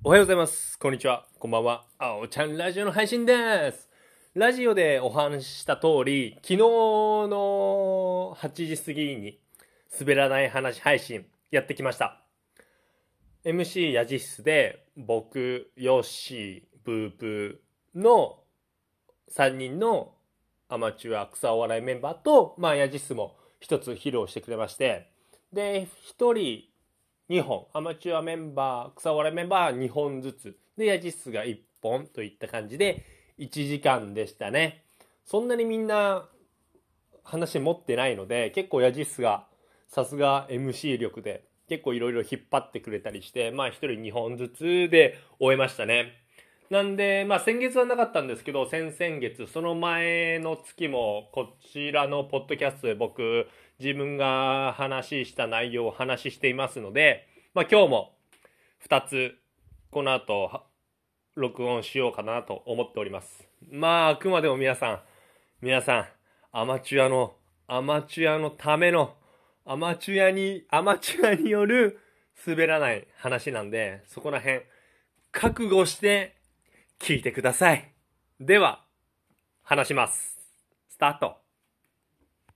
おはようございます。こんにちは。こんばんは。あおちゃんラジオの配信です。ラジオでお話しした通り、昨日の8時過ぎに滑らない話配信やってきました。MC ヤジスで僕、ヨッシー、ブープーの3人のアマチュア草お笑いメンバーと、ヤジスも一つ披露してくれまして、で、1人2本、アマチュアメンバー、草お笑いメンバー2本ずつ、で、ヤジスが1本といった感じで、1時間でしたね。そんなにみんな話持ってないので、結構ヤジスがさすが MC 力で、結構いろいろ引っ張ってくれたりして、1人2本ずつで終えましたね。なんで、先月はなかったんですけど、先々月、その前の月も、こちらのポッドキャストで僕、自分が話した内容を話していますので、今日も2つ、この後、録音しようかなと思っております。あくまでも皆さん、アマチュアのための、アマチュアによる滑らない話なんで、そこら辺、覚悟して聞いてください。では、話します。スタート。